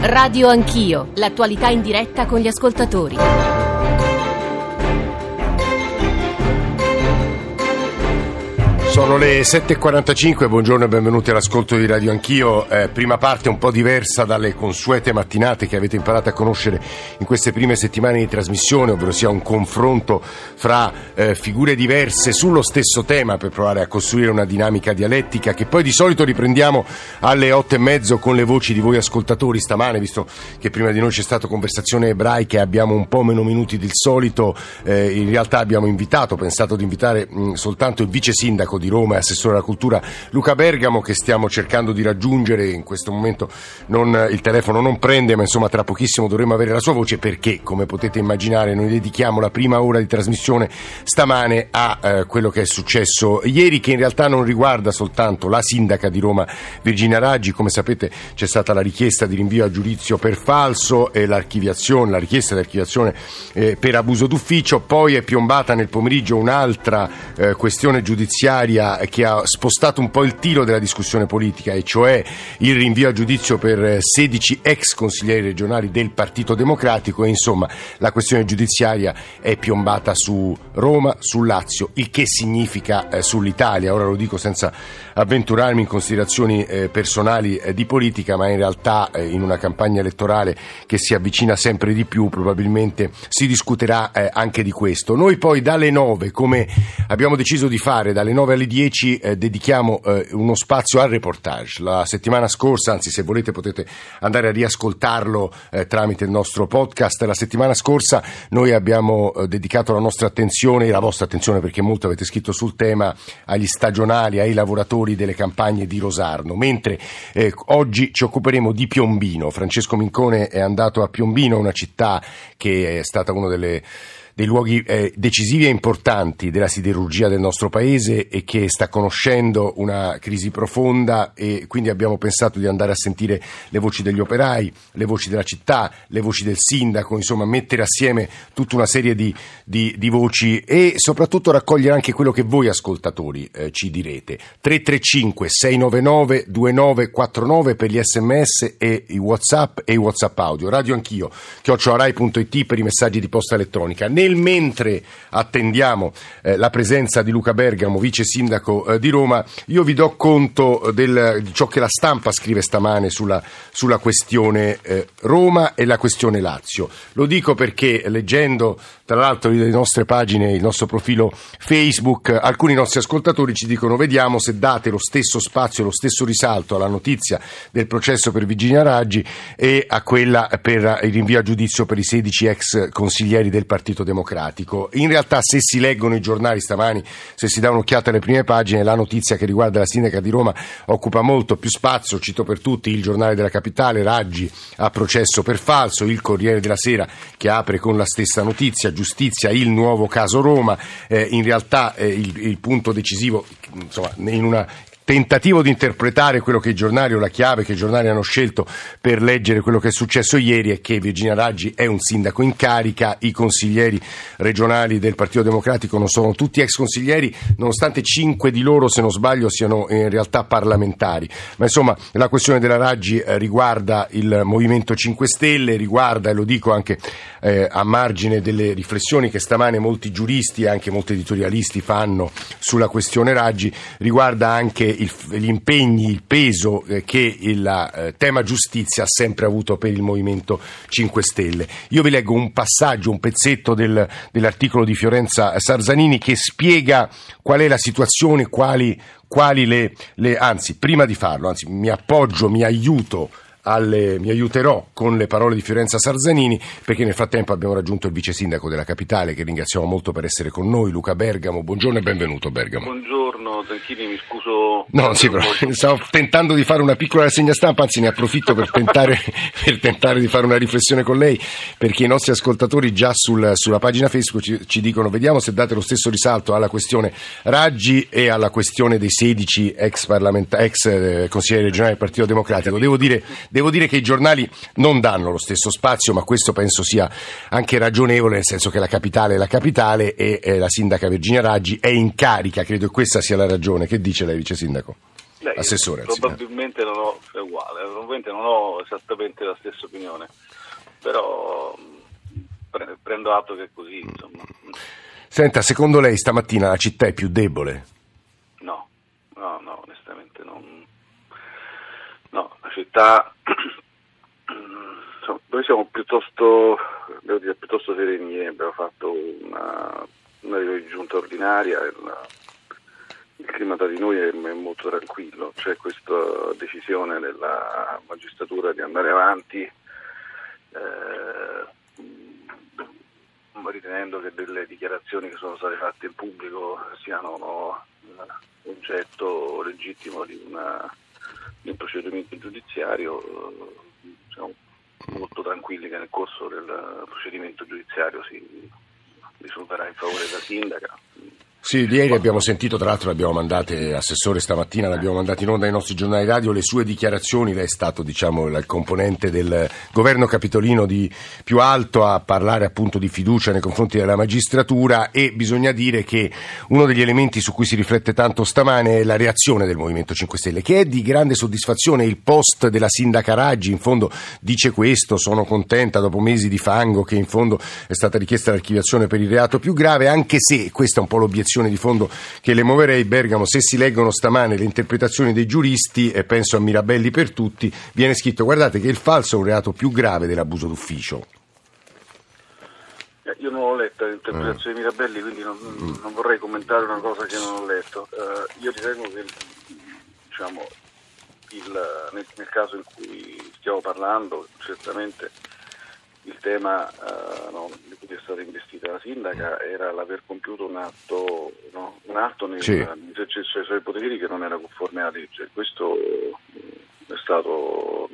Radio Anch'io, l'attualità in diretta con gli ascoltatori. Sono le 7.45, buongiorno e benvenuti all'ascolto di Radio Anch'io. Prima parte un po' diversa dalle consuete mattinate che avete imparato a conoscere in queste prime settimane di trasmissione, ovvero sia un confronto fra figure diverse sullo stesso tema per provare a costruire una dinamica dialettica che poi di solito riprendiamo alle 8:30 con le voci di voi ascoltatori. Stamane, visto che prima di noi c'è stata conversazione ebraica e abbiamo un po' meno minuti del solito, in realtà abbiamo pensato di invitare soltanto il vice sindaco di Roma e assessore alla cultura Luca Bergamo, che stiamo cercando di raggiungere. In questo momento il telefono non prende, ma insomma tra pochissimo dovremo avere la sua voce, perché come potete immaginare noi dedichiamo la prima ora di trasmissione stamane a quello che è successo ieri, che in realtà non riguarda soltanto la sindaca di Roma Virginia Raggi. Come sapete c'è stata la richiesta di rinvio a giudizio per falso e la richiesta di archiviazione per abuso d'ufficio. Poi è piombata nel pomeriggio un'altra questione giudiziaria che ha spostato un po' il tiro della discussione politica, e cioè il rinvio a giudizio per 16 ex consiglieri regionali del Partito Democratico. E insomma la questione giudiziaria è piombata su Roma, sul Lazio, il che significa sull'Italia. Ora lo dico senza avventurarmi in considerazioni personali di politica, ma in realtà in una campagna elettorale che si avvicina sempre di più probabilmente si discuterà anche di questo. Noi poi dalle 9, come abbiamo deciso di fare, dalle 9 alle 10 dedichiamo uno spazio al reportage. La settimana scorsa, anzi se volete potete andare a riascoltarlo tramite il nostro podcast, la settimana scorsa noi abbiamo dedicato la nostra attenzione e la vostra attenzione, perché molto avete scritto sul tema, agli stagionali, ai lavoratori delle campagne di Rosarno, mentre oggi ci occuperemo di Piombino. Francesco Mincone è andato a Piombino, una città che è stata uno dei luoghi decisivi e importanti della siderurgia del nostro paese e che sta conoscendo una crisi profonda, e quindi abbiamo pensato di andare a sentire le voci degli operai, le voci della città, le voci del sindaco, insomma mettere assieme tutta una serie di voci e soprattutto raccogliere anche quello che voi ascoltatori ci direte. 335 699 2949 per gli sms e i WhatsApp audio. Radio Anch'io @rai.it per i messaggi di posta elettronica. Mentre attendiamo la presenza di Luca Bergamo, vice sindaco di Roma, io vi do conto di ciò che la stampa scrive stamane sulla questione Roma e la questione Lazio. Lo dico perché leggendo tra l'altro le nostre pagine, il nostro profilo Facebook, alcuni nostri ascoltatori ci dicono: vediamo se date lo stesso spazio, lo stesso risalto alla notizia del processo per Virginia Raggi e a quella per il rinvio a giudizio per i 16 ex consiglieri del Partito Democratico. In realtà, se si leggono i giornali stamani, se si dà un'occhiata alle prime pagine, la notizia che riguarda la sindaca di Roma occupa molto più spazio. Cito per tutti il Giornale della Capitale: Raggi a processo per falso, il Corriere della Sera che apre con la stessa notizia: giustizia, il nuovo caso Roma. In realtà il punto decisivo, insomma, in una tentativo di interpretare quello che i giornali, o la chiave che i giornali hanno scelto per leggere quello che è successo ieri, è che Virginia Raggi è un sindaco in carica. I consiglieri regionali del Partito Democratico non sono tutti ex consiglieri, nonostante 5 di loro, se non sbaglio, siano in realtà parlamentari. Ma insomma la questione della Raggi riguarda il Movimento 5 Stelle, riguarda, e lo dico anche a margine delle riflessioni che stamane molti giuristi e anche molti editorialisti fanno sulla questione Raggi, riguarda anche gli impegni, il peso che il tema giustizia ha sempre avuto per il Movimento 5 Stelle. Io vi leggo un passaggio, un pezzetto dell'articolo di Fiorenza Sarzanini che spiega qual è la situazione, quali anzi, prima di farlo, mi aiuterò con le parole di Fiorenza Sarzanini, perché nel frattempo abbiamo raggiunto il vice sindaco della capitale, che ringraziamo molto per essere con noi, Luca Bergamo. Buongiorno e benvenuto, Bergamo. Buongiorno Zanchini, mi scuso. No, sì, però stavo tentando di fare una piccola rassegna stampa, anzi ne approfitto per tentare di fare una riflessione con lei, perché i nostri ascoltatori già sulla pagina Facebook ci dicono: vediamo se date lo stesso risalto alla questione Raggi e alla questione dei 16 ex consiglieri regionali del Partito Democratico. Devo dire che i giornali non danno lo stesso spazio, ma questo penso sia anche ragionevole, nel senso che la capitale è la capitale e la sindaca Virginia Raggi è in carica. Credo che questa sia la ragione. Che dice lei, vice sindaco? Assessore. Probabilmente non ho, è uguale, probabilmente non ho esattamente la stessa opinione, però prendo atto che è così, insomma. Senta, secondo lei stamattina la città è più debole? No, onestamente non. No, la città, insomma, noi siamo piuttosto sereni. Abbiamo fatto una riunione di giunta ordinaria, il clima tra di noi è molto tranquillo. C'è questa decisione della magistratura di andare avanti, ritenendo che delle dichiarazioni che sono state fatte in pubblico siano oggetto legittimo di un procedimento giudiziario. Siamo molto tranquilli che nel corso del procedimento giudiziario si risolverà in favore della sindaca. Sì, ieri abbiamo sentito, tra l'altro l'abbiamo mandate, Assessore, stamattina l'abbiamo mandato in onda ai nostri giornali radio, le sue dichiarazioni. Lei è stato, il componente del governo capitolino di più alto a parlare appunto di fiducia nei confronti della magistratura, e bisogna dire che uno degli elementi su cui si riflette tanto stamane è la reazione del Movimento 5 Stelle, che è di grande soddisfazione. Il post della sindaca Raggi in fondo dice questo: sono contenta dopo mesi di fango che in fondo è stata richiesta l'archiviazione per il reato più grave, anche se, questa è un po' l'obiezione di fondo che le muoverei, Bergamo, se si leggono stamane le interpretazioni dei giuristi, e penso a Mirabelli per tutti, viene scritto: guardate che il falso è un reato più grave dell'abuso d'ufficio. Io non ho letto l'interpretazione di Mirabelli, quindi non vorrei commentare una cosa che non ho letto. Io ritengo che nel caso in cui stiamo parlando, certamente il tema di cui è stata investita la sindaca era l'aver compiuto un atto nell'esercizio dei suoi poteri che non era conforme alla legge. Questo è stato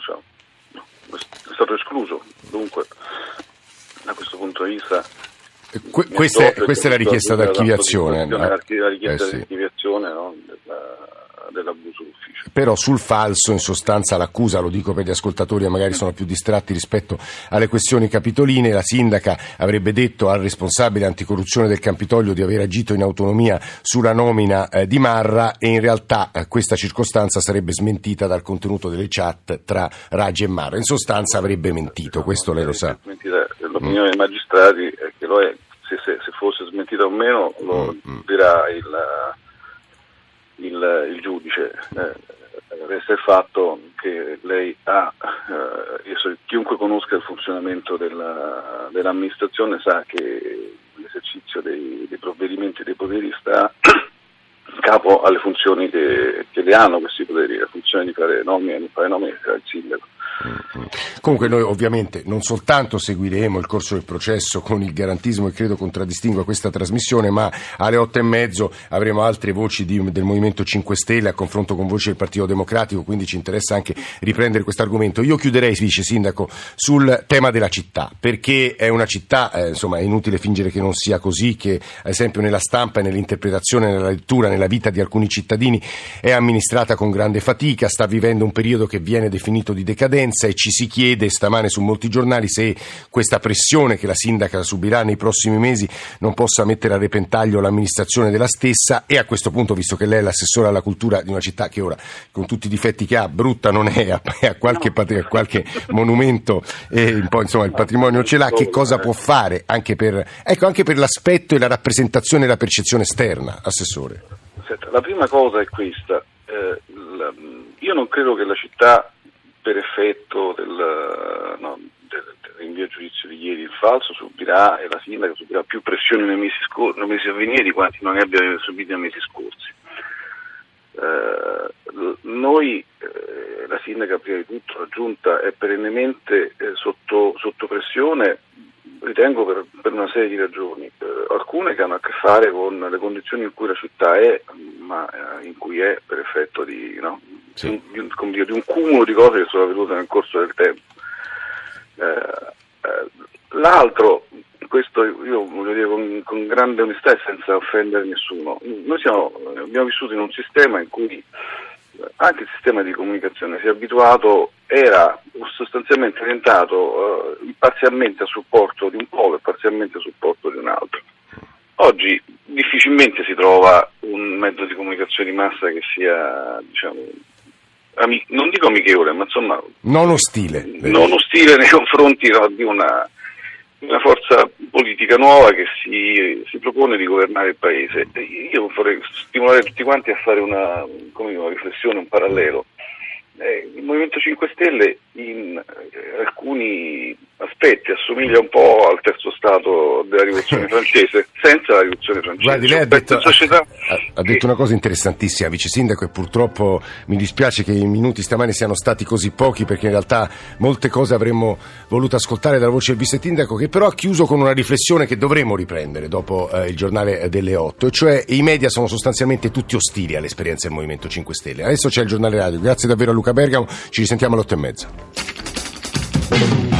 escluso. Dunque, da questo punto di vista, questa è la richiesta d'archiviazione. La richiesta di archiviazione dell'abuso d'ufficio. Però sul falso, in sostanza, l'accusa, lo dico per gli ascoltatori che magari sono più distratti rispetto alle questioni capitoline, la sindaca avrebbe detto al responsabile anticorruzione del Campidoglio di aver agito in autonomia sulla nomina di Marra, e in realtà questa circostanza sarebbe smentita dal contenuto delle chat tra Raggi e Marra. In sostanza avrebbe mentito, questo lei lo sa. L'opinione dei magistrati è che lo è. Se fosse smentita o meno lo dirà il giudice. Resta il fatto che lei chiunque conosca il funzionamento dell'amministrazione sa che l'esercizio dei provvedimenti e dei poteri sta in capo alle funzioni che le hanno questi poteri, la funzione di fare nomine che fa il sindaco. Comunque noi ovviamente non soltanto seguiremo il corso del processo con il garantismo che credo contraddistingua questa trasmissione, ma alle 8:30 avremo altre voci del Movimento 5 Stelle a confronto con voci del Partito Democratico, quindi ci interessa anche riprendere questo argomento. Io chiuderei, vice sindaco, sul tema della città, perché è una città, è inutile fingere che non sia così, che ad esempio nella stampa e nell'interpretazione, nella lettura, nella vita di alcuni cittadini è amministrata con grande fatica, sta vivendo un periodo che viene definito di decadenza, e ci si chiede stamane su molti giornali se questa pressione che la sindaca subirà nei prossimi mesi non possa mettere a repentaglio l'amministrazione della stessa. E a questo punto, visto che lei è l'assessore alla cultura di una città che ora, con tutti i difetti che ha, brutta non è, a qualche monumento e un po' il patrimonio ce l'ha, che cosa può fare anche per l'aspetto e la rappresentazione e la percezione esterna, Assessore? La prima cosa è questa: io non credo che la città, per effetto del rinvio a giudizio di ieri, il falso subirà, e la sindaca subirà più pressioni nei mesi a venire di quanti non abbia subito nei mesi scorsi. La sindaca prima di tutto, la giunta è perennemente sotto pressione, ritengo per una serie di ragioni, alcune che hanno a che fare con le condizioni in cui la città è, ma in cui è per effetto di un cumulo di cose che sono avvenute nel corso del tempo. L'altro, questo io voglio dire con grande onestà e senza offendere nessuno, noi abbiamo vissuto in un sistema in cui anche il sistema di comunicazione era sostanzialmente orientato parzialmente a supporto di un polo e parzialmente a supporto di un altro. Oggi difficilmente si trova un mezzo di comunicazione di massa che sia, diciamo, non dico amichevole, ma insomma non ostile nei confronti di una forza politica nuova che si propone di governare il paese. Io vorrei stimolare tutti quanti a fare una riflessione, un parallelo. Il Movimento 5 Stelle in alcuni aspetti assomiglia un po' al terzo stato della rivoluzione francese, senza la rivoluzione francese. Guardi, lei ha detto una cosa interessantissima, vice sindaco, e purtroppo mi dispiace che i minuti stamani siano stati così pochi, perché in realtà molte cose avremmo voluto ascoltare dalla voce del vice sindaco, che però ha chiuso con una riflessione che dovremmo riprendere dopo il giornale delle 8, e cioè i media sono sostanzialmente tutti ostili all'esperienza del Movimento 5 Stelle. Adesso c'è il giornale radio. Grazie davvero a Luca Bergamo, ci risentiamo alle 8:30.